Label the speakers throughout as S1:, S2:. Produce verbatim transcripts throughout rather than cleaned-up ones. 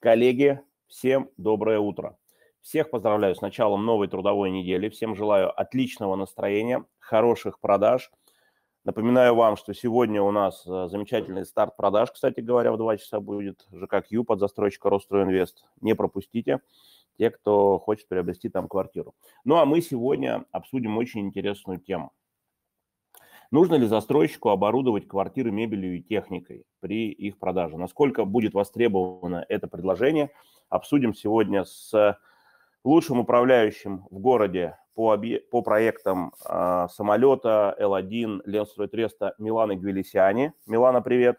S1: Коллеги, всем доброе утро. Всех поздравляю с началом новой трудовой недели. Всем желаю отличного настроения, хороших продаж. Напоминаю вам, что сегодня у нас э, замечательный старт продаж, кстати говоря, в два часа будет ЖК Q под застройщика Росстройинвест. Не пропустите, те, кто хочет приобрести там квартиру. Ну а мы сегодня обсудим очень интересную тему. Нужно ли застройщику оборудовать квартиры мебелью и техникой при их продаже? Насколько будет востребовано это предложение? Обсудим сегодня с лучшим управляющим в городе по, объ... по проектам э, самолета Эл один Ленстройтреста Миланой Гвелисиани. Милана, привет.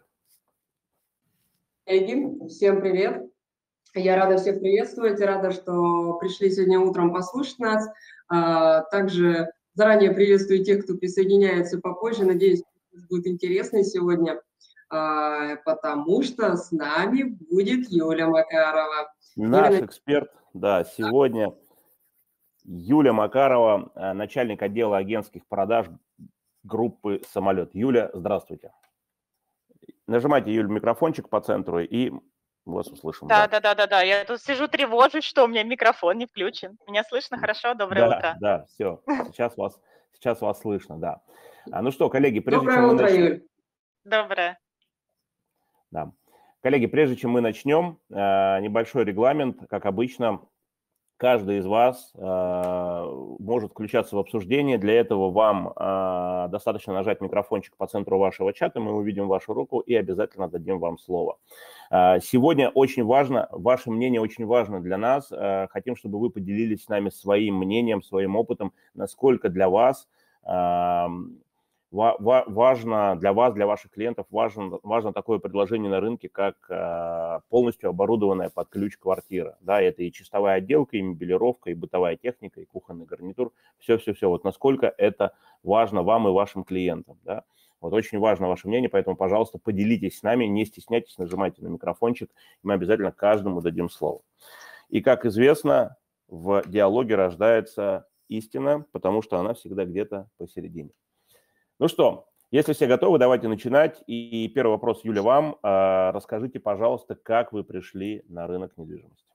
S2: Коллеги, всем привет. Я рада всех приветствовать, рада, что пришли сегодня утром послушать нас. А, Также заранее приветствую тех, кто присоединяется попозже. Надеюсь, будет интересно сегодня, а, потому что с нами будет Юля Макарова.
S1: Наш
S2: Юля...
S1: эксперт, да, сегодня Юля Макарова, начальник отдела агентских продаж группы «Самолет». Юля, здравствуйте. Нажимайте, Юль, микрофончик по центру, и вас услышим.
S3: Да, да, да, да, да. Я тут сижу, тревожусь, что у меня микрофон не включен. Меня слышно хорошо? Доброе
S1: да,
S3: утро.
S1: Да, все. Сейчас вас, сейчас вас слышно, да. А, ну что, коллеги, прежде
S2: Доброе
S1: чем мы
S2: утро,
S1: начнем...
S2: Юль.
S3: Доброе.
S1: Да. Коллеги, прежде чем мы начнем, небольшой регламент, как обычно. Каждый из вас э, может включаться в обсуждение. Для этого вам э, достаточно нажать микрофончик по центру вашего чата, мы увидим вашу руку и обязательно дадим вам слово. Э, сегодня очень важно, ваше мнение очень важно для нас. Э, хотим, чтобы вы поделились с нами своим мнением, своим опытом, насколько для вас э, важно, для вас, для ваших клиентов, важно, важно такое предложение на рынке, как э, полностью оборудованная под ключ квартира. Да, это и чистовая отделка, и мебелировка, и бытовая техника, и кухонный гарнитур. Все-все-все. Вот насколько это важно вам и вашим клиентам. Да? Вот очень важно ваше мнение, поэтому, пожалуйста, поделитесь с нами, не стесняйтесь, нажимайте на микрофончик, и мы обязательно каждому дадим слово. И, как известно, в диалоге рождается истина, потому что она всегда где-то посередине. Ну что, если все готовы, давайте начинать. И первый вопрос, Юля, вам. Расскажите, пожалуйста, как вы пришли на рынок недвижимости?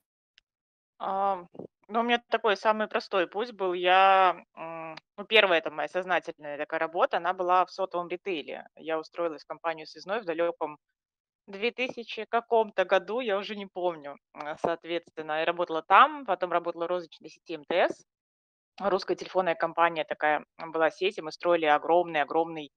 S3: А, ну, у меня такой самый простой путь был. Я, м, ну, первая это моя сознательная такая работа, она была в сотовом ритейле. Я устроилась в компанию «Связной» в далеком две тысячи каком-то году, я уже не помню. А, Соответственно, я работала там, потом работала в розничной сети эм тэ эс. Русская телефонная компания такая была сеть, и мы строили огромный-огромный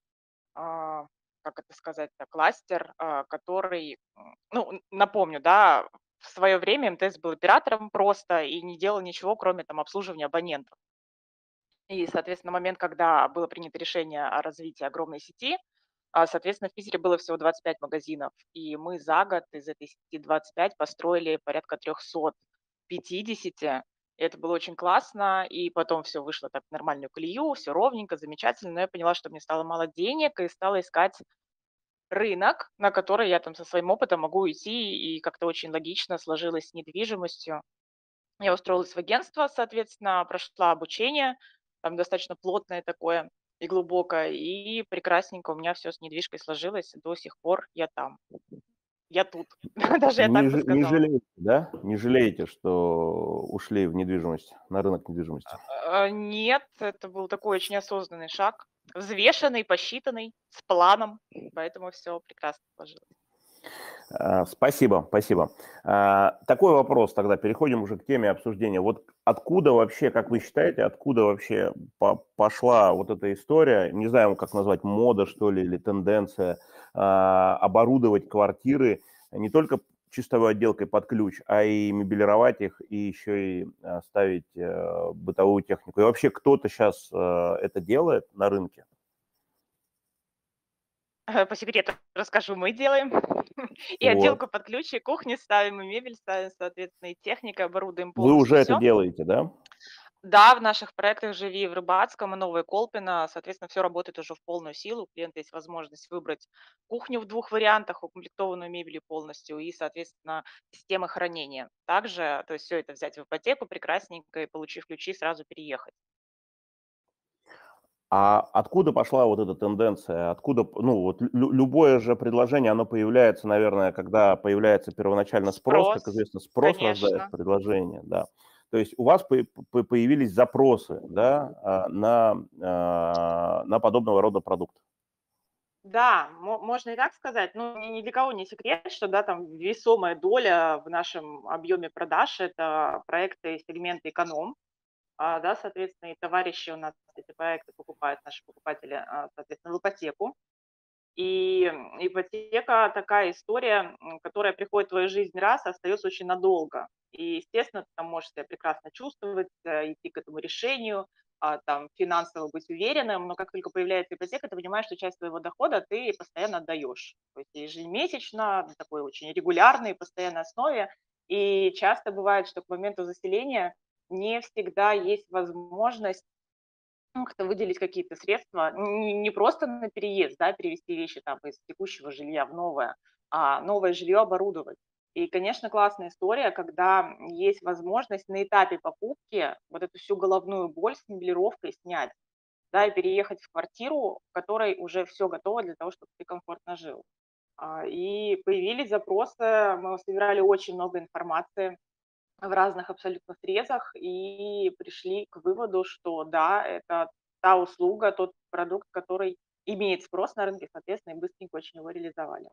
S3: а, как это сказать-то, кластер, а, который, м, ну, н- напомню, да, в свое время эм тэ эс был оператором просто и не делал ничего, кроме там обслуживания абонентов. И, соответственно, момент, когда было принято решение о развитии огромной сети, а, соответственно, в Питере было всего двадцать пять магазинов, и мы за год из этой сети двадцать пять построили порядка триста пятьдесят. И это было очень классно, и потом все вышло так в нормальную колею, все ровненько, замечательно, но я поняла, что мне стало мало денег, и стала искать рынок, на который я там со своим опытом могу идти, и как-то очень логично сложилось с недвижимостью. Я устроилась в агентство, соответственно, прошла обучение, там достаточно плотное такое и глубокое, и прекрасненько у меня все с недвижкой сложилось. До сих пор я там. Я тут. Даже я
S1: Не,
S3: так бы
S1: ж- не
S3: сказала.
S1: жалеете, да? Не жалеете, что ушли в недвижимость, на рынок недвижимости?
S3: А, Нет, это был такой очень осознанный шаг, взвешенный, посчитанный, с планом, поэтому все прекрасно сложилось.
S1: А, Спасибо, спасибо. А, Такой вопрос тогда, переходим уже к теме обсуждения. Вот откуда вообще, как вы считаете, откуда вообще по- пошла вот эта история, не знаю, как назвать, мода, что ли, или тенденция, а, оборудовать квартиры не только чистовой отделкой под ключ, а и мебелировать их, и еще и а, ставить э, бытовую технику. И вообще кто-то сейчас это делает на рынке?
S3: Э, По секрету расскажу, мы делаем и
S1: Вот.
S3: отделку под ключ, и кухни ставим, и мебель ставим, соответственно, и техникой оборудуем
S1: Вы уже
S3: полностью
S1: это
S3: все.
S1: делаете, да?
S3: Да, в наших проектах «Живи» в Рыбацком и Новой Колпино, соответственно, все работает уже в полную силу. У клиента есть возможность выбрать кухню в двух вариантах, укомплектованную мебелью полностью и, соответственно, системы хранения. Также, то есть все это взять в ипотеку прекрасненько и, получив ключи, сразу переехать.
S1: А откуда пошла вот эта тенденция? Откуда, ну, вот лю- любое же предложение, оно появляется, наверное, когда появляется первоначально спрос, как
S3: Спрос,
S1: известно, спрос рождает
S3: конечно.
S1: предложение, да. То есть у вас по- по- появились запросы, да, а, на, а, на подобного рода продукт.
S3: Да, мо можно и так сказать. Ну, ни ни для кого не секрет, что, да, там весомая доля в нашем объеме продаж — это проекты сегмента эконом. А, да, соответственно, и товарищи у нас эти проекты покупают, наши покупатели, а, соответственно, в ипотеку. И м, ипотека такая история, м, которая приходит в твою жизнь раз, а остается очень надолго. И, естественно, ты там можешь себя прекрасно чувствовать, э, идти к этому решению, а, там, финансово быть уверенным, но как только появляется ипотека, ты понимаешь, что часть твоего дохода ты постоянно отдаешь. То есть ежемесячно, на такой очень регулярной, постоянной основе. И часто бывает, что к моменту заселения не всегда есть возможность, ну, как-то выделить какие-то средства, не, не просто на переезд, да, перевести вещи там из текущего жилья в новое, а новое жилье оборудовать. И, конечно, классная история, когда есть возможность на этапе покупки вот эту всю головную боль с меблировкой снять, да, и переехать в квартиру, в которой уже все готово для того, чтобы ты комфортно жил. А, И появились запросы, мы собирали очень много информации в разных абсолютно срезах и пришли к выводу, что да, это та услуга, тот продукт, который имеет спрос на рынке, соответственно, и быстренько очень его реализовали.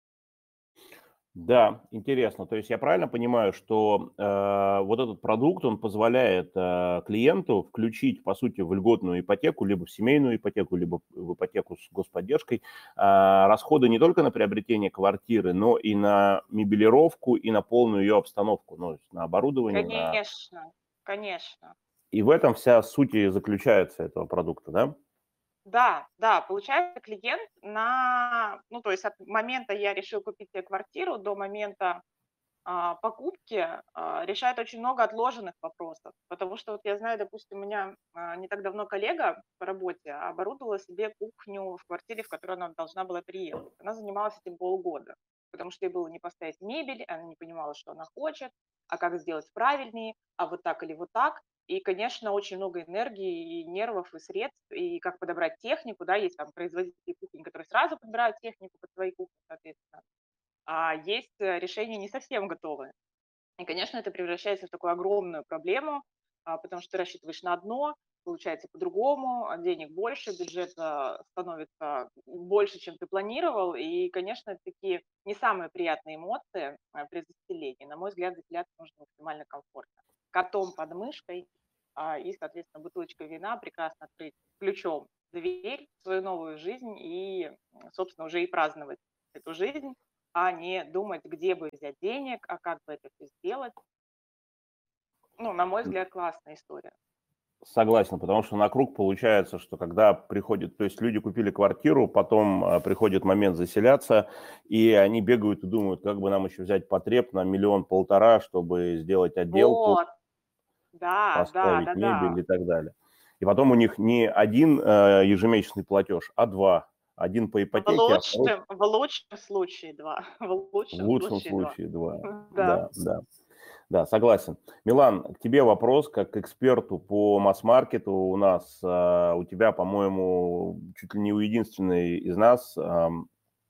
S1: Да, интересно. То есть я правильно понимаю, что э, вот этот продукт, он позволяет э, клиенту включить, по сути, в льготную ипотеку, либо в семейную ипотеку, либо в ипотеку с господдержкой, э, расходы не только на приобретение квартиры, но и на мебелировку, и на полную ее обстановку, ну, то есть на оборудование, на...
S3: Конечно, конечно.
S1: И в этом вся суть и заключается этого продукта, да?
S3: Да, да, получается, клиент на, ну, то есть от момента я решил купить себе квартиру до момента а, покупки а, решает очень много отложенных вопросов. Потому что вот я знаю, допустим, у меня а, не так давно коллега по работе оборудовала себе кухню в квартире, в которую она должна была переехать. Она занималась этим полгода, потому что ей было не поставить мебель, она не понимала, что она хочет, а как сделать правильнее, а вот так или вот так. И, конечно, очень много энергии и нервов, и средств, и как подобрать технику, да, есть там производители кухни, которые сразу подбирают технику под свои кухни, соответственно, а есть э, решения не совсем готовые. И, конечно, это превращается в такую огромную проблему, а, потому что ты рассчитываешь на одно, получается по-другому, а денег больше, бюджета становится больше, чем ты планировал. И, конечно, это такие не самые приятные эмоции а, при заселении. На мой взгляд, заселяться нужно максимально комфортно. Котом под мышкой а, и, соответственно, бутылочкой вина прекрасно открыть ключом дверь в свою новую жизнь и, м, собственно, уже и праздновать эту жизнь, а не думать, где бы взять денег, а как бы это все сделать. Ну, на мой взгляд, классная история.
S1: Согласен, потому что на круг получается, что когда приходит, то есть люди купили квартиру, потом а, приходит момент заселяться, и они бегают и думают, как бы нам еще взять потреб на миллион-полтора, чтобы сделать отделку,
S3: Вот, да, да,
S1: поставить
S3: да,
S1: мебель
S3: да.
S1: и так далее. И потом у них не один э, ежемесячный платеж, а два. Один по
S3: В
S1: ипотеке, а второй
S3: лучшем, в лучшем случае два. В
S1: в
S3: лучшем
S1: лучшем
S3: случае два.
S1: случае два.
S3: Да.
S1: Да, да. Да, согласен. Милан, к тебе вопрос, как к эксперту по масс-маркету. У нас, а, у тебя, по-моему, чуть ли не у единственной из нас ам,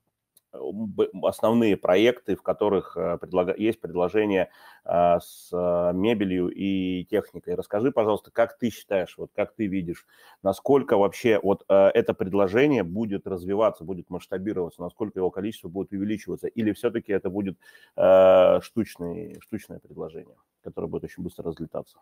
S1: б- основные проекты, в которых а, предлага- есть предложение а, с а, мебелью и техникой. Расскажи, пожалуйста, как ты считаешь, вот как ты видишь, насколько вообще вот а, это предложение будет развиваться, будет масштабироваться, насколько его количество будет увеличиваться, или все-таки это будет а, штучный, штучное предложение, которое будет очень быстро разлетаться?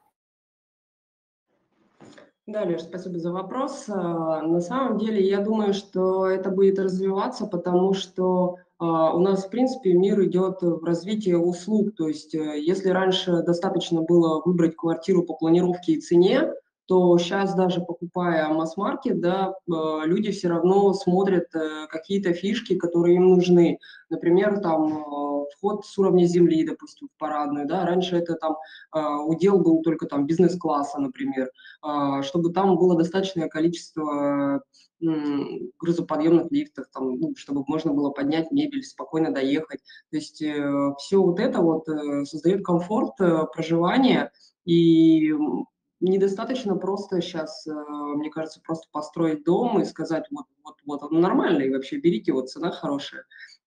S2: Да, Леш, спасибо за вопрос. А, На самом деле, я думаю, что это будет развиваться, потому что а, у нас, в принципе, мир идет в развитие услуг. То есть, э, если раньше достаточно было выбрать квартиру по планировке и цене, то сейчас даже покупая масс-маркет, да, э, люди все равно смотрят э, какие-то фишки, которые им нужны. Например, там э, вход с уровня земли, допустим, в парадную, да, раньше это там э, удел был только там бизнес-класса, например, а, чтобы там было достаточное количество м, грузоподъемных лифтов, там, ну, чтобы можно было поднять мебель, спокойно доехать. То есть э, все вот это вот э, создает комфорт э, проживания, и м, недостаточно просто сейчас, мне кажется, просто построить дом и сказать, вот, вот, вот он нормальный, вообще берите, вот цена хорошая.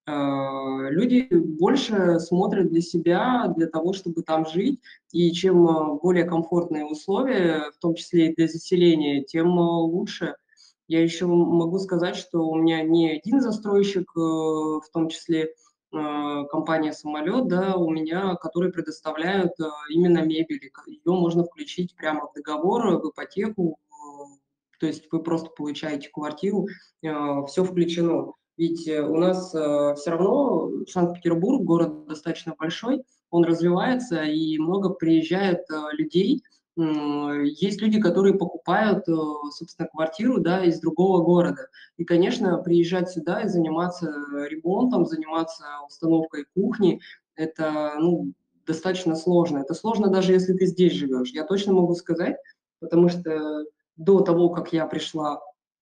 S2: Люди больше смотрят для себя, для того, чтобы там жить, и чем более комфортные условия, в том числе и для заселения, тем лучше. Я еще могу сказать, что у меня не один застройщик, в том числе компания «Самолет», да, у меня, которые предоставляют именно мебель. Ее можно включить прямо в договор, в ипотеку, то есть вы просто получаете квартиру, все включено. Ведь у нас все равно Санкт-Петербург, город достаточно большой, он развивается, и много приезжает людей. Есть люди, которые покупают, собственно, квартиру, да, из другого города. И, конечно, приезжать сюда и заниматься ремонтом, заниматься установкой кухни, это, ну, достаточно сложно. Это сложно даже если ты здесь живешь. Я точно могу сказать, потому что до того, как я пришла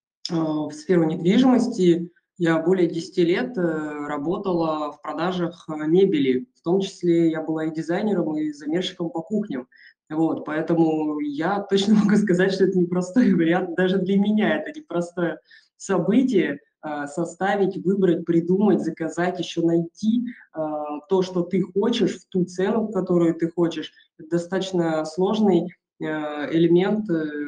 S2: в сферу недвижимости, я более десяти лет работала в продажах мебели. В том числе я была и дизайнером, и замерщиком по кухням. Вот, поэтому я точно могу сказать, что это непростой вариант. Даже для меня это непростое событие составить, выбрать, придумать, заказать, еще найти то, что ты хочешь, в ту цену, которую ты хочешь. Это достаточно сложный элемент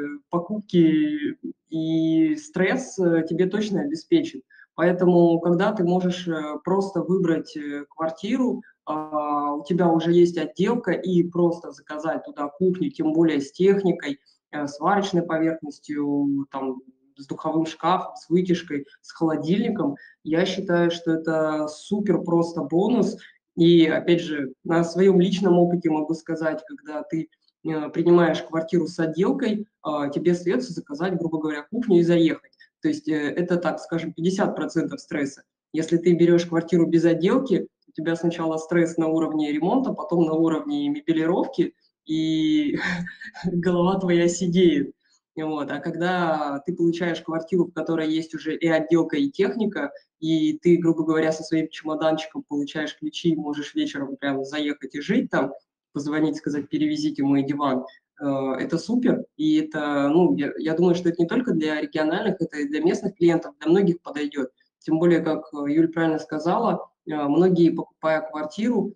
S2: покупки, и стресс тебе точно обеспечен. Поэтому, когда ты можешь просто выбрать квартиру, у тебя уже есть отделка, и просто заказать туда кухню, тем более с техникой, сварочной поверхностью, там, с духовым шкафом, с вытяжкой, с холодильником, я считаю, что это супер просто бонус. И, опять же, на своем личном опыте могу сказать, когда ты принимаешь квартиру с отделкой, тебе остается заказать, грубо говоря, кухню и заехать. То есть это, так скажем, пятьдесят процентов стресса. Если ты берешь квартиру без отделки, у тебя сначала стресс на уровне ремонта, потом на уровне мебелировки, и голова твоя сидеет. Вот. А когда ты получаешь квартиру, в которой есть уже и отделка, и техника, и ты, грубо говоря, со своим чемоданчиком получаешь ключи и можешь вечером прям заехать и жить там, позвонить, сказать, перевезите мой диван, это супер. И это, ну, я, я думаю, что это не только для региональных, это и для местных клиентов, для многих подойдет. Тем более, как Юль правильно сказала, многие, покупая квартиру,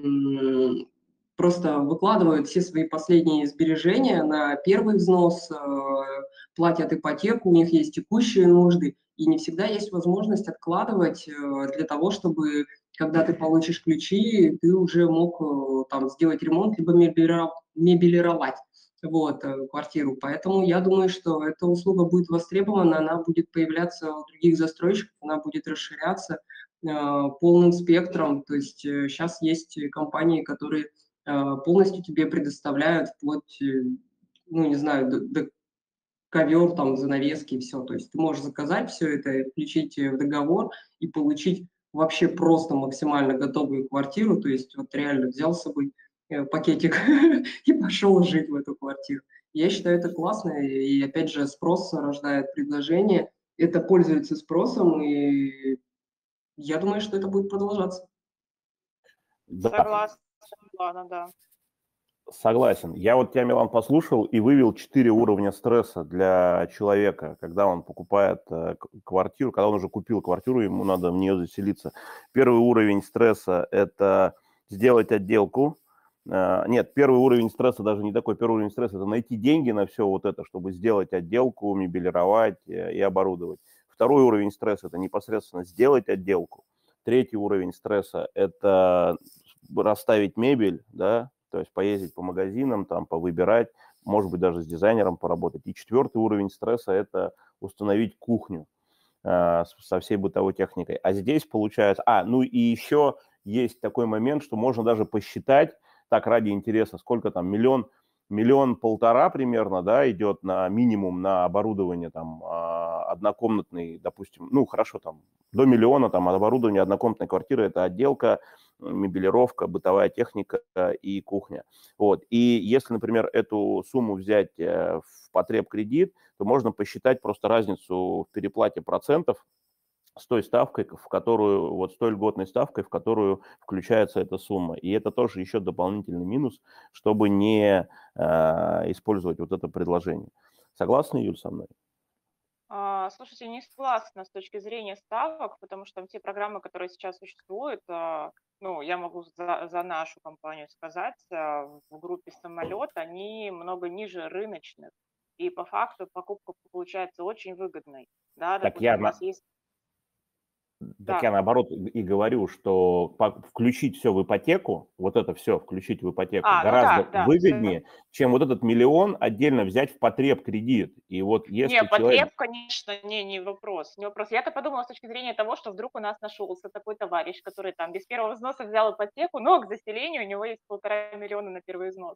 S2: просто выкладывают все свои последние сбережения на первый взнос, платят ипотеку, у них есть текущие нужды, и не всегда есть возможность откладывать для того, чтобы, когда ты получишь ключи, ты уже мог там сделать ремонт, либо мебелировать вот, квартиру. Поэтому я думаю, что эта услуга будет востребована, она будет появляться у других застройщиков, она будет расширяться э, полным спектром. То есть э, сейчас есть компании, которые э, полностью тебе предоставляют вплоть, э, ну, не знаю, до, до ковер, там, занавески и все. То есть ты можешь заказать все это, включить в договор и получить вообще просто максимально готовую квартиру. То есть вот реально взял с собой пакетик и пошел жить в эту квартиру. Я считаю, это классно, и опять же спрос рождает предложение, это пользуется спросом, и я думаю, что это будет продолжаться.
S1: Да.
S3: Согласна, ладно, да.
S1: Согласен. Я вот тебя, Милан, послушал и вывел четыре уровня стресса для человека, когда он покупает э, квартиру, когда он уже купил квартиру, ему надо в нее заселиться. Первый уровень стресса – это сделать отделку. Э, нет, первый уровень стресса даже не такой. Первый уровень стресса – это найти деньги на все вот это, чтобы сделать отделку, мебелировать э, и оборудовать. Второй уровень стресса – это непосредственно сделать отделку. Третий уровень стресса – это расставить мебель, да, то есть поездить по магазинам, там, повыбирать, может быть, даже с дизайнером поработать. И четвертый уровень стресса – это установить кухню э, со всей бытовой техникой. А здесь получается… А, ну и еще есть такой момент, что можно даже посчитать, так, ради интереса, сколько там, миллион, миллион полтора примерно, да, идет на минимум на оборудование там однокомнатной, допустим, ну, хорошо, там, до миллиона там оборудование однокомнатной квартиры – это отделка, мебелировка, бытовая техника и кухня. Вот. И если, например, эту сумму взять в потреб кредит, то можно посчитать просто разницу в переплате процентов с той ставкой, в которую, вот с той льготной ставкой, в которую включается эта сумма. И это тоже еще дополнительный минус, чтобы не э, использовать вот это предложение. Согласны, Юль, со мной?
S3: А, Слушайте, не согласна с точки зрения ставок, потому что те программы, которые сейчас существуют, а, ну, я могу за, за нашу компанию сказать, а, в группе самолет, они много ниже рыночных. И по факту покупка получается очень выгодной. Да,
S1: Так я,
S3: допустим, у
S1: на-
S3: нас есть,
S1: так я
S3: да,
S1: наоборот и и говорю, что по- включить все в ипотеку, вот это все включить в ипотеку
S3: а, ну
S1: гораздо
S3: да, да, все.
S1: выгоднее, чем вот этот миллион отдельно взять в потреб кредит. И вот
S3: Не,
S1: если человек...
S3: потреб, конечно, не, не вопрос, не вопрос. Я-то подумала с точки зрения того, что вдруг у нас нашелся такой товарищ, который там без первого взноса взял ипотеку, но к заселению у него есть полтора миллиона на первый взнос.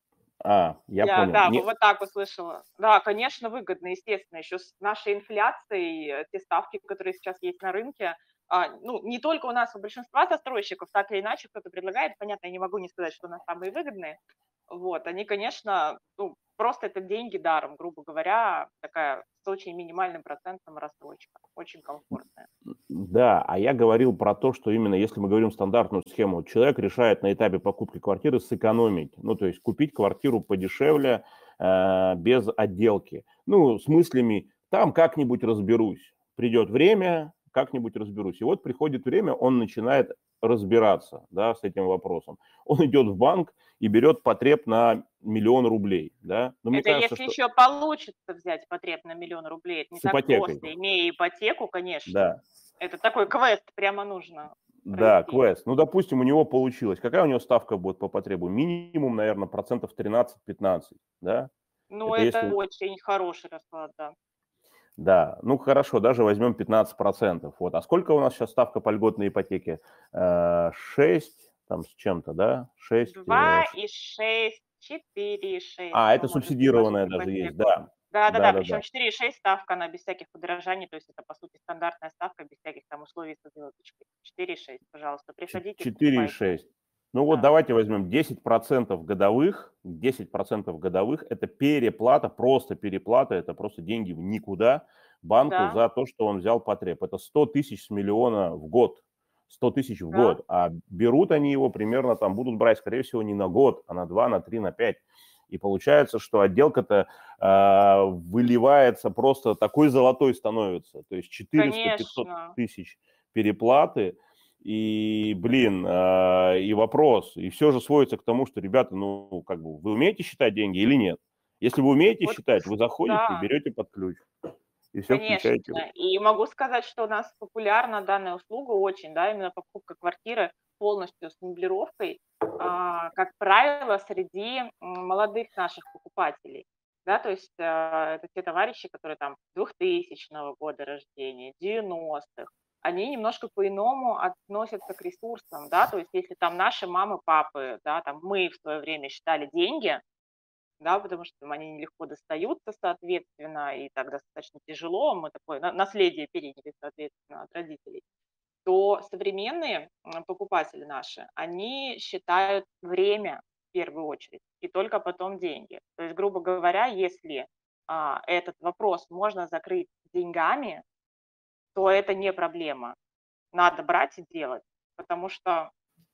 S1: А, я
S3: Я,
S1: понял.
S3: да,
S1: Не,
S3: вот так услышала. Да, конечно, выгодно, естественно, еще с нашей инфляцией, э, те ставки, которые сейчас есть на рынке, а, ну, не только у нас, у большинства застройщиков, так или иначе кто-то предлагает, понятно, я не могу не сказать, что у нас самые выгодные, вот, они, конечно, ну, просто это деньги даром, грубо говоря, такая с очень минимальным процентом рассрочка, очень комфортная.
S1: Да, а я говорил про то, что именно если мы говорим стандартную схему, человек решает на этапе покупки квартиры сэкономить, ну, то есть купить квартиру подешевле, э, без отделки. Ну, с мыслями, там как-нибудь разберусь. Придет время, как-нибудь разберусь. И вот приходит время, он начинает разбираться, да, с этим вопросом. Он идет в банк и берет потреб на миллион рублей, да. Но мне
S3: Это
S1: кажется,
S3: если
S1: что
S3: еще получится взять потреб на миллион рублей, это не
S1: с
S3: так
S1: ипотекой,
S3: просто. Имея ипотеку, конечно,
S1: да.
S3: это такой квест прямо нужно
S1: Да,
S3: пройти.
S1: квест. Ну, допустим, у него получилось. Какая у него ставка будет по потребу? Минимум, наверное, процентов тринадцать-пятнадцать, да?
S3: Ну,
S1: Это
S3: это
S1: если...
S3: очень хороший расклад, да.
S1: Да, ну хорошо, даже возьмем пятнадцать процентов. Вот. А сколько у нас сейчас ставка по льготной ипотеке? Э, шесть, там с чем-то, да? шесть.
S3: два и шесть, четыре и шесть,
S1: А,
S3: вы
S1: это
S3: можете положить
S1: субсидированная даже есть,
S3: ипотеку.
S1: да.
S3: Да-да-да,
S1: Да-да-да.
S3: причем четыре и шесть ставка, она без всяких подорожаний, то есть это, по сути, стандартная ставка без всяких там условий со звездочкой. четыре и шесть, пожалуйста, приходите,
S1: четыре и
S3: покупайте.
S1: шесть. Ну вот
S3: Да,
S1: давайте возьмем десять процентов годовых. десять процентов годовых – это переплата, просто переплата, это просто деньги в никуда банку
S3: да,
S1: за то, что он взял потреб. Это сто тысяч с миллиона в год. сто тысяч в
S3: да,
S1: год. А берут они его примерно, там будут брать, скорее всего, не на год, а на два, на три, на пять. И получается, что отделка-то э, выливается просто такой золотой становится. То есть четыреста-пятьсот
S3: конечно.
S1: тысяч переплаты. И, блин, э, и вопрос. И все же сводится к тому, что, ребята, ну, как бы, вы умеете считать деньги или нет? Если вы умеете
S3: Вот,
S1: считать, вы заходите,
S3: да,
S1: берете под ключ и все
S3: конечно.
S1: включаете.
S3: И могу сказать, что у нас популярна данная услуга очень, да, именно покупка квартиры полностью с меблировкой, а, как правило, среди м, молодых наших покупателей. Да, то есть а, это те товарищи, которые там двухтысячного года рождения, девяностых, они немножко по-иному относятся к ресурсам, да, то есть если там наши мамы, папы, да, там мы в свое время считали деньги, да, потому что там они нелегко достаются, соответственно, и так достаточно тяжело, мы такое на- наследие переняли, соответственно, от родителей, то современные м, покупатели наши, они считают время в первую очередь, и только потом деньги. То есть, грубо говоря, если а, этот вопрос можно закрыть деньгами, то это не проблема. Надо брать и делать, потому что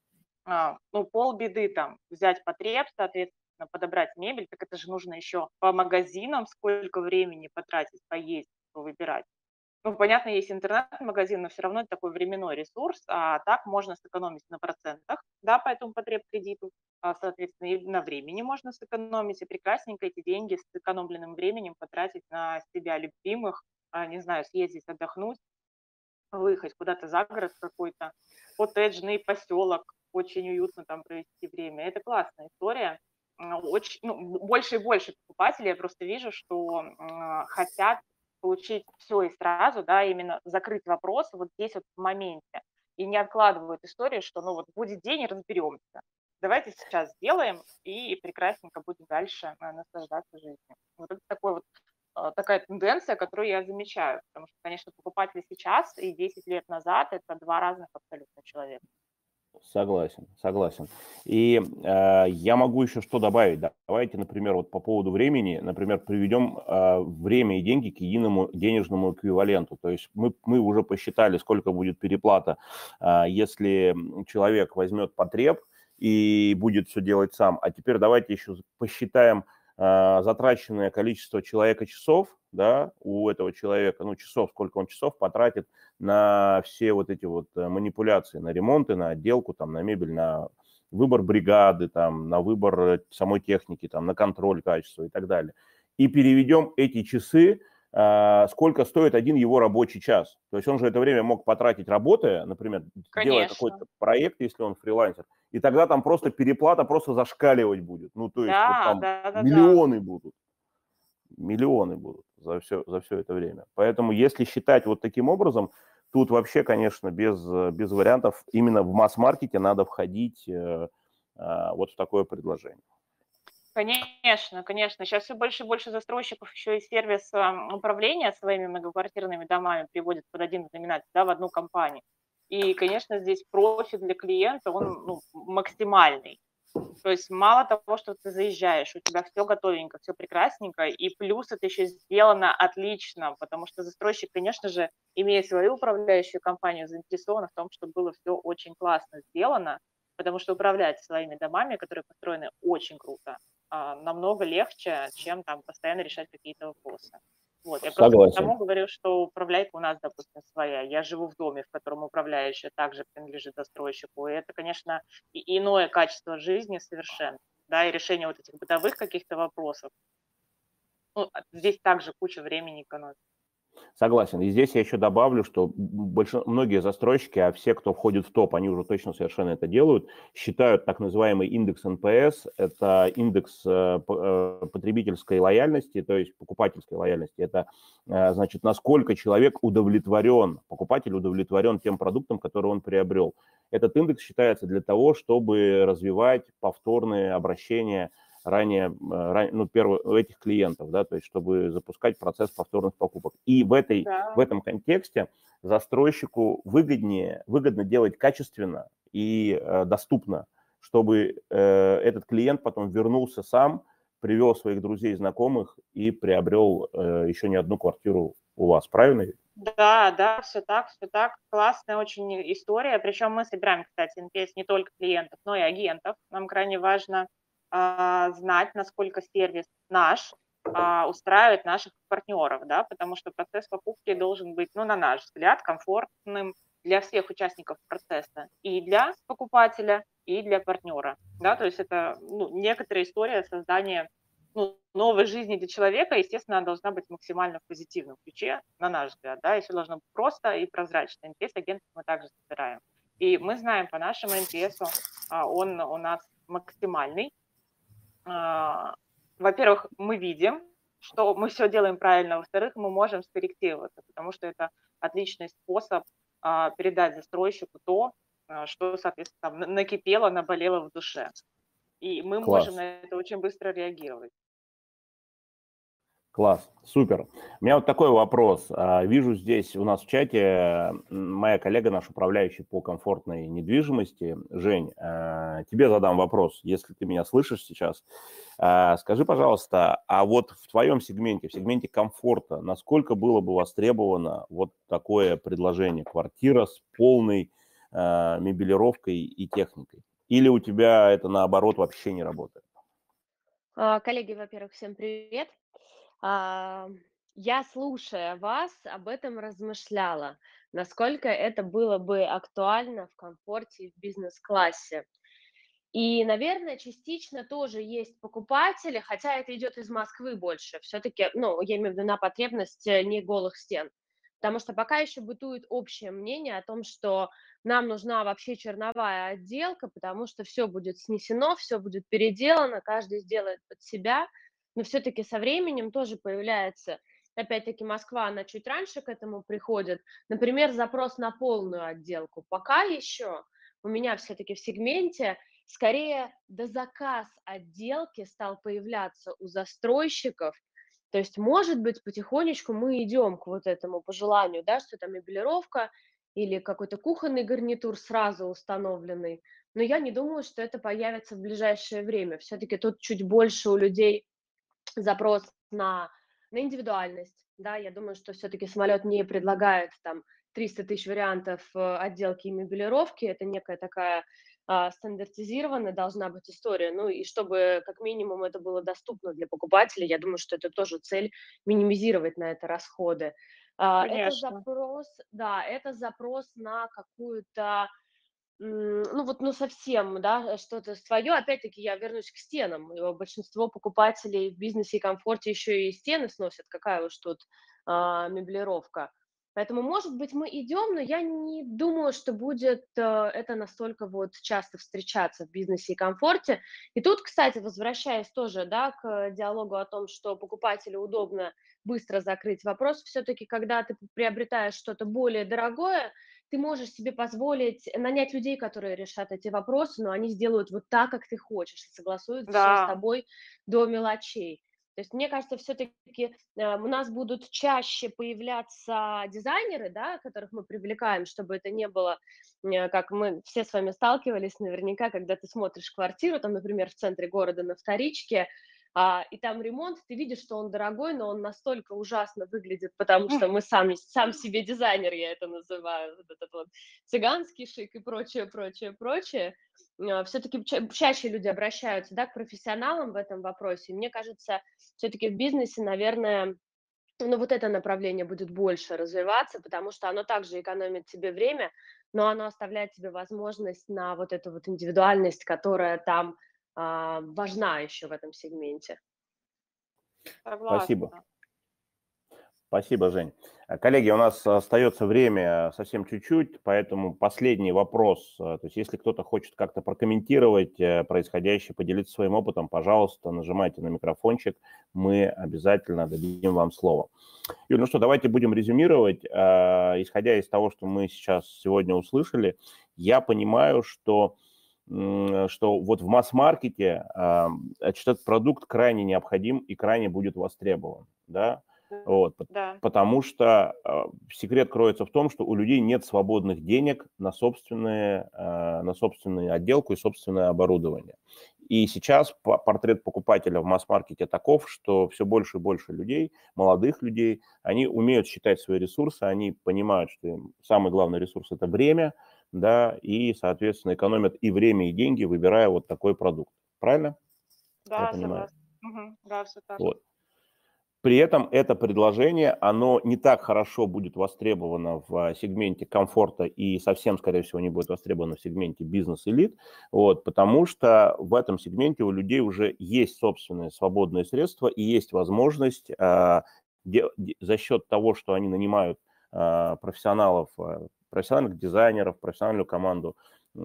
S3: а, ну, полбеды там взять потреб, соответственно, подобрать мебель, так это же нужно еще по магазинам сколько времени потратить, поездить, выбирать. Ну, понятно, есть интернет-магазин, но все равно это такой временной ресурс, а так можно сэкономить на процентах, да, по этому потреб-кредиту, а, соответственно, и на времени можно сэкономить, и прекрасненько эти деньги с сэкономленным временем потратить на себя любимых, а, не знаю, съездить отдохнуть, выехать куда-то за город какой-то, коттеджный поселок, очень уютно там провести время. Это классная история. М, Очень, ну, б- больше и больше покупателей я просто вижу, что м, хотят получить все и сразу, да, именно закрыть вопрос вот здесь вот в моменте. И не откладывают историю, что ну вот будет день и разберемся. Давайте сейчас сделаем и прекрасненько будем дальше э, наслаждаться жизнью. Вот это такой вот а, такая тенденция, которую я замечаю. Потому что, конечно, покупатели сейчас и десять лет назад – это два разных абсолютно человека.
S1: Согласен, согласен. И э, я могу еще что добавить. Да? Давайте, например, вот по поводу времени, например, приведем э, время и деньги к единому денежному эквиваленту. То есть мы, мы уже посчитали, сколько будет переплата, э, если человек возьмет потреб и будет все делать сам. А теперь давайте еще посчитаем э, затраченное количество человека часов, да, у этого человека, ну, часов, сколько он часов потратит на все вот эти вот манипуляции, на ремонты, на отделку, там, на мебель, на выбор бригады, там, на выбор самой техники, там, на контроль качества и так далее. И переведем эти часы, э, сколько стоит один его рабочий час. То есть он же это время мог потратить, работая, например, делая
S3: Конечно.
S1: какой-то проект, если он фрилансер, и тогда там просто переплата просто зашкаливать будет. Ну, то есть вот
S3: Да,
S1: там
S3: да, да, да.
S1: миллионы будут. Миллионы будут за все, за все это время. Поэтому если считать вот таким образом, тут вообще, конечно, без, без вариантов, именно в масс-маркете надо входить э, э, вот в такое предложение.
S3: Конечно, конечно. Сейчас все больше и больше застройщиков еще и сервис ам, управления своими многоквартирными домами приводят под один знаменатель, да, в одну компанию. И, конечно, здесь профит для клиента, он ну, максимальный. То есть мало того, что ты заезжаешь, у тебя все готовенько, все прекрасненько, и плюс это еще сделано отлично, потому что застройщик, конечно же, имея свою управляющую компанию, заинтересован в том, чтобы было все очень классно сделано, потому что управлять своими домами, которые построены очень круто, а, намного легче, чем там постоянно решать какие-то вопросы. Вот, я просто к
S1: Согласен.
S3: тому говорю, что управляйка у нас, допустим, своя. Я живу в доме, в котором управляющая также принадлежит застройщику, и это, конечно, и иное качество жизни совершенно, да, и решение вот этих бытовых каких-то вопросов. Ну, а здесь также куча времени экономит.
S1: Согласен. И здесь я еще добавлю, что больш... многие застройщики, а все, кто входит в топ, они уже точно совершенно это делают, считают так называемый индекс эн пэ эс, это индекс э, п- э, потребительской лояльности, то есть покупательской лояльности. Это э, значит, насколько человек удовлетворен, покупатель удовлетворен тем продуктом, который он приобрел. Этот индекс считается для того, чтобы развивать повторные обращения ранее, ран- ну, первых, у этих клиентов, да, то есть чтобы запускать процесс повторных покупок. И в, этой, в
S3: Да,
S1: этом контексте застройщику выгоднее, выгодно делать качественно и э, доступно, чтобы э, этот клиент потом вернулся сам, привел своих друзей и знакомых и приобрел э, еще не одну квартиру у вас, правильно?
S3: да, да, все так, все так. Классная очень история. Причем мы собираем, кстати, эн пи эс не только клиентов, но и агентов. Нам крайне важно а, знать, насколько сервис наш а, устраивает наших партнеров, да, потому что процесс покупки должен быть, ну, на наш взгляд, комфортным для всех участников процесса, и для покупателя, и для партнера, да, то есть это ну, некоторая история создания ну, новой жизни для человека, естественно, она должна быть максимально в позитивном ключе, на наш взгляд, да, и все должно быть просто и прозрачно. эн пи эс-агентов мы также собираем. И мы знаем по нашему эн пи эс, он у нас максимальный. А, Во-первых, мы видим, что мы все делаем правильно, во-вторых, мы можем скорректироваться, потому что это отличный способ а, передать застройщику то, а, что, соответственно, там на- накипело, наболело в душе. И мы можем
S1: Класс.
S3: на это очень быстро реагировать.
S1: Класс, супер. У меня вот такой вопрос. А, Вижу здесь у нас в чате м, моя коллега, наш управляющий по комфортной недвижимости, Жень. а, Тебе задам вопрос, если ты меня слышишь сейчас. А, Скажи, пожалуйста, а вот в твоем сегменте, в сегменте комфорта, насколько было бы востребовано вот такое предложение? Квартира с полной а, мебелировкой и техникой? Или у тебя это наоборот вообще не работает?
S4: А, Коллеги, во-первых, всем привет. А, Я, слушая вас, об этом размышляла, насколько это было бы актуально в комфорте и в бизнес-классе. И, наверное, частично тоже есть покупатели, хотя это идет из Москвы больше. Все-таки, ну, я имею в виду на потребность э, не голых стен. Потому что пока еще бытует общее мнение о том, что нам нужна вообще черновая отделка, потому что все будет снесено, все будет переделано, каждый сделает под себя. Но все-таки со временем тоже появляется, опять-таки Москва, она чуть раньше к этому приходит, например, запрос на полную отделку. Пока еще у меня все-таки в сегменте скорее дозаказ отделки стал появляться у застройщиков. То есть, может быть, потихонечку мы идем к вот этому пожеланию, да, что это мебелировка или какой-то кухонный гарнитур сразу установленный, но я не думаю, что это появится в ближайшее время. Все-таки тут чуть больше у людей запрос на, на индивидуальность, да, я думаю, что все-таки самолет не предлагает там триста тысяч вариантов э, отделки и мебелировки, это некая такая а, стандартизированная должна быть история, ну и чтобы как минимум это было доступно для покупателей, я думаю, что это тоже цель минимизировать на это расходы. А, это
S3: Конечно.
S4: запрос, да, это запрос на какую-то М, ну вот, ну совсем, да, что-то свое. Опять-таки я вернусь к стенам. Э, Большинство покупателей в бизнесе и комфорте еще и стены сносят. Какая уж тут а, меблировка. Поэтому, может быть, мы идем, но я не думаю, что будет э, это настолько вот часто встречаться в бизнесе и комфорте. И тут, кстати, возвращаясь тоже, да, к диалогу о том, что покупателю удобно быстро закрыть вопрос, все-таки, когда ты приобретаешь что-то более дорогое, ты можешь себе позволить нанять людей, которые решат эти вопросы, но они сделают вот так, как ты хочешь, и согласуют все с
S3: Да,
S4: тобой до мелочей. То есть, мне кажется, все-таки э, у нас будут чаще появляться дизайнеры, да, которых мы привлекаем, чтобы это не было, э, как мы все с вами сталкивались наверняка, когда ты смотришь квартиру, там, например, в центре города на вторичке, а, и там ремонт, ты видишь, что он дорогой, но он настолько ужасно выглядит, потому что мы сами, сам себе дизайнер, я это называю, вот этот вот цыганский шик и прочее, прочее, прочее. Все-таки ча- чаще люди обращаются, да, к профессионалам в этом вопросе. И мне кажется, все-таки в бизнесе, наверное, ну, вот это направление будет больше развиваться, потому что оно также экономит тебе время, но оно оставляет тебе возможность на вот эту вот индивидуальность, которая там а, важна еще в этом сегменте.
S1: Спасибо.
S3: согласна.
S1: Спасибо, Жень. А, Коллеги, у нас остается время совсем чуть-чуть, поэтому последний вопрос. А, То есть если кто-то хочет как-то прокомментировать э, происходящее, поделиться своим опытом, пожалуйста, нажимайте на микрофончик, мы обязательно дадим вам слово. Юль, ну что, давайте будем резюмировать. А, Исходя из того, что мы сейчас сегодня услышали, я понимаю, что, м, что вот в масс-маркете а, значит, этот продукт крайне необходим и крайне будет востребован, да? Вот, п-
S3: Да,
S1: потому что э, секрет кроется в том, что у людей нет свободных денег на собственные, э, на собственную отделку и собственное оборудование. И сейчас по- портрет покупателя в масс-маркете таков, что все больше и больше людей, молодых людей, они умеют считать свои ресурсы, они понимают, что им самый главный ресурс – это время, да, и, соответственно, экономят и время, и деньги, выбирая вот такой продукт. Правильно? Я
S3: да,
S1: понимаю.
S3: согласна. Мгм. Да, все так.
S1: Вот. При этом это предложение, оно не так хорошо будет востребовано в сегменте комфорта и совсем, скорее всего, не будет востребовано в сегменте бизнес-элит, вот, потому что в этом сегменте у людей уже есть собственные свободные средства и есть возможность а, де- де- за счет того, что они нанимают а, профессионалов, а, профессиональных дизайнеров, профессиональную команду,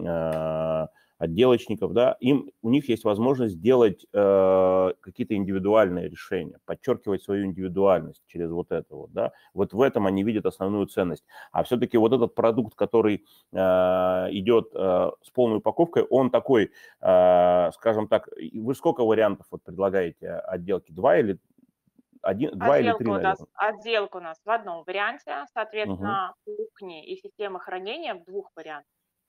S1: а, отделочников, да, им, у них есть возможность делать э, какие-то индивидуальные решения, подчеркивать свою индивидуальность через вот это вот, да, вот в этом они видят основную ценность. А все-таки вот этот продукт, который э, идет э, с полной упаковкой, он такой, э, скажем так, вы сколько вариантов вот предлагаете отделки? Два или один, два или
S3: Отделка
S1: три,
S3: у нас,
S1: наверное?
S3: отделка у нас в одном варианте,
S1: Угу.
S3: соответственно, кухни и системы хранения в двух вариантах.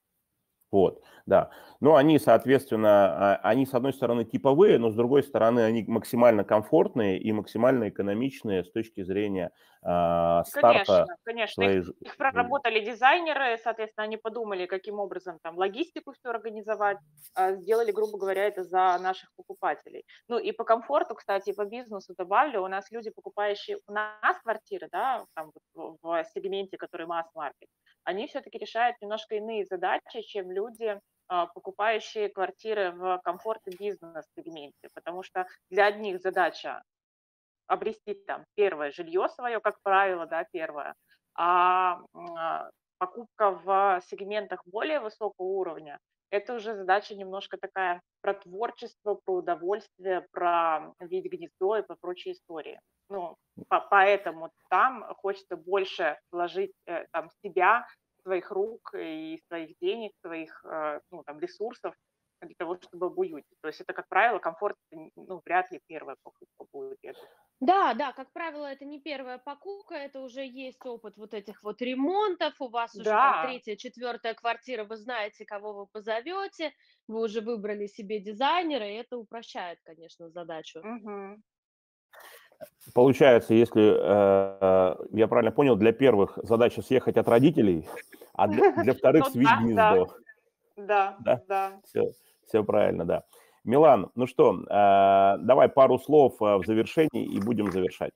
S1: Вот, да. Ну, они, соответственно, а, они, с одной стороны, типовые, но, с другой стороны, они максимально комфортные и максимально экономичные с точки зрения а, старта
S3: Конечно, конечно. Их,
S1: своей жи-
S3: их
S1: жизни.
S3: проработали дизайнеры, соответственно, они подумали, каким образом там логистику все организовать, а, сделали, грубо говоря, это за наших покупателей. Ну и по комфорту, кстати, и по бизнесу добавлю, у нас люди, покупающие у нас квартиры, да, там вот в в сегменте, который масс-маркет, они все-таки решают немножко иные задачи, чем люди, а, покупающие квартиры в комфорт и бизнес-сегменте, потому что для одних задача обрести там первое жилье свое, как правило, да, первое, а, м, а, покупка в сегментах более высокого уровня – это уже задача немножко такая про творчество, про удовольствие, про видеть гнездо и про прочие истории. Ну, по- поэтому там хочется больше вложить э, там себя, своих рук и своих денег, своих э, ну, там, ресурсов для того, чтобы обуютить. То есть это, как правило, комфорт, ну, вряд ли первая покупка будет.
S4: Да, да, как правило, это не первая покупка, это уже есть опыт вот этих вот ремонтов, у вас уже там
S3: Да.
S4: третья, четвертая квартира, вы знаете, кого вы позовете, вы уже выбрали себе дизайнера, и это упрощает, конечно, задачу.
S3: Угу.
S1: Получается, если э, я правильно понял, для первых задача съехать от родителей, а для, для вторых
S3: Ну
S1: свить
S3: да,
S1: гнездо.
S3: да,
S1: Да?
S3: да.
S1: Все, все правильно, да. Милан, ну что, э, давай пару слов э, в завершении и будем завершать.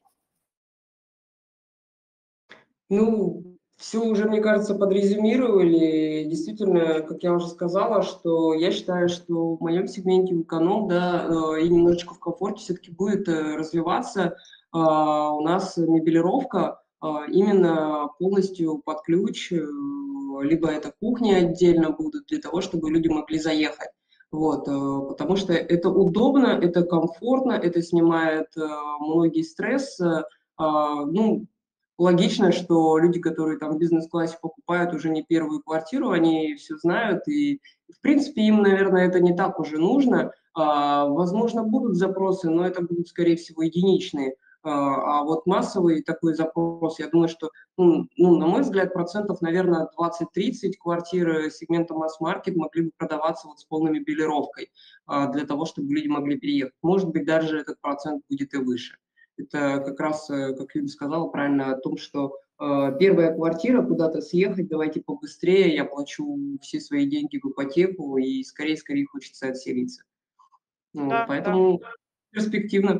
S2: Ну, все уже, мне кажется, подрезюмировали. Действительно, как я уже сказала, что я считаю, что в моем сегменте в эконом, да, э, и немножечко в комфорте все-таки будет э, развиваться. А, у нас мебелировка а, именно полностью под ключ, э, либо это кухни отдельно будут для того, чтобы люди могли заехать. Вот, э, потому что это удобно, это комфортно, это снимает э, многие стрессы. А, ну, логично, что люди, которые там в бизнес-классе покупают уже не первую квартиру, они все знают, и, в принципе, им, наверное, это не так уже нужно. А, возможно, будут запросы, но это будут, скорее всего, единичные. А, а вот массовый такой запрос, я думаю, что, ну, ну, на мой взгляд, процентов, наверное, двадцать-тридцать квартир сегмента масс-маркет могли бы продаваться вот с полной мебелировкой а, для того, чтобы люди могли переехать. Может быть, даже этот процент будет и выше. Это как раз, как Юля сказала правильно, о том, что э, первая квартира, куда-то съехать, давайте побыстрее, я плачу все свои деньги в ипотеку, и скорее-скорее хочется отселиться. Вот,
S3: Да, да.
S2: поэтому перспективно.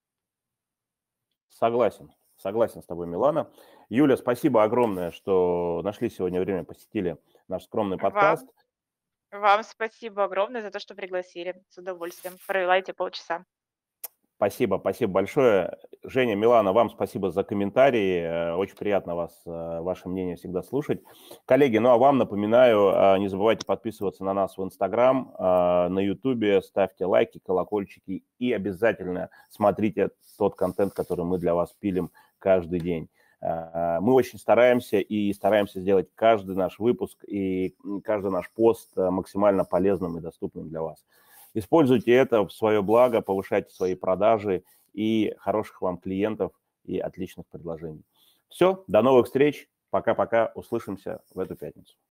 S1: Согласен, согласен с тобой, Милана. Юля, спасибо огромное, что нашли сегодня время, посетили наш скромный подкаст.
S3: Вам, вам спасибо огромное за то, что пригласили. С удовольствием. Провела эти полчаса.
S1: Спасибо, спасибо большое. Женя, Милана, вам спасибо за комментарии. Очень приятно вас, ваше мнение всегда слушать. Коллеги, ну а вам напоминаю, не забывайте подписываться на нас в Инстаграм, на Ютубе, ставьте лайки, колокольчики и обязательно смотрите тот контент, который мы для вас пилим каждый день. Мы очень стараемся и стараемся сделать каждый наш выпуск и каждый наш пост максимально полезным и доступным для вас. Используйте это в свое благо, повышайте свои продажи и хороших вам клиентов и отличных предложений. Все, до новых встреч. Пока-пока. Услышимся в эту пятницу.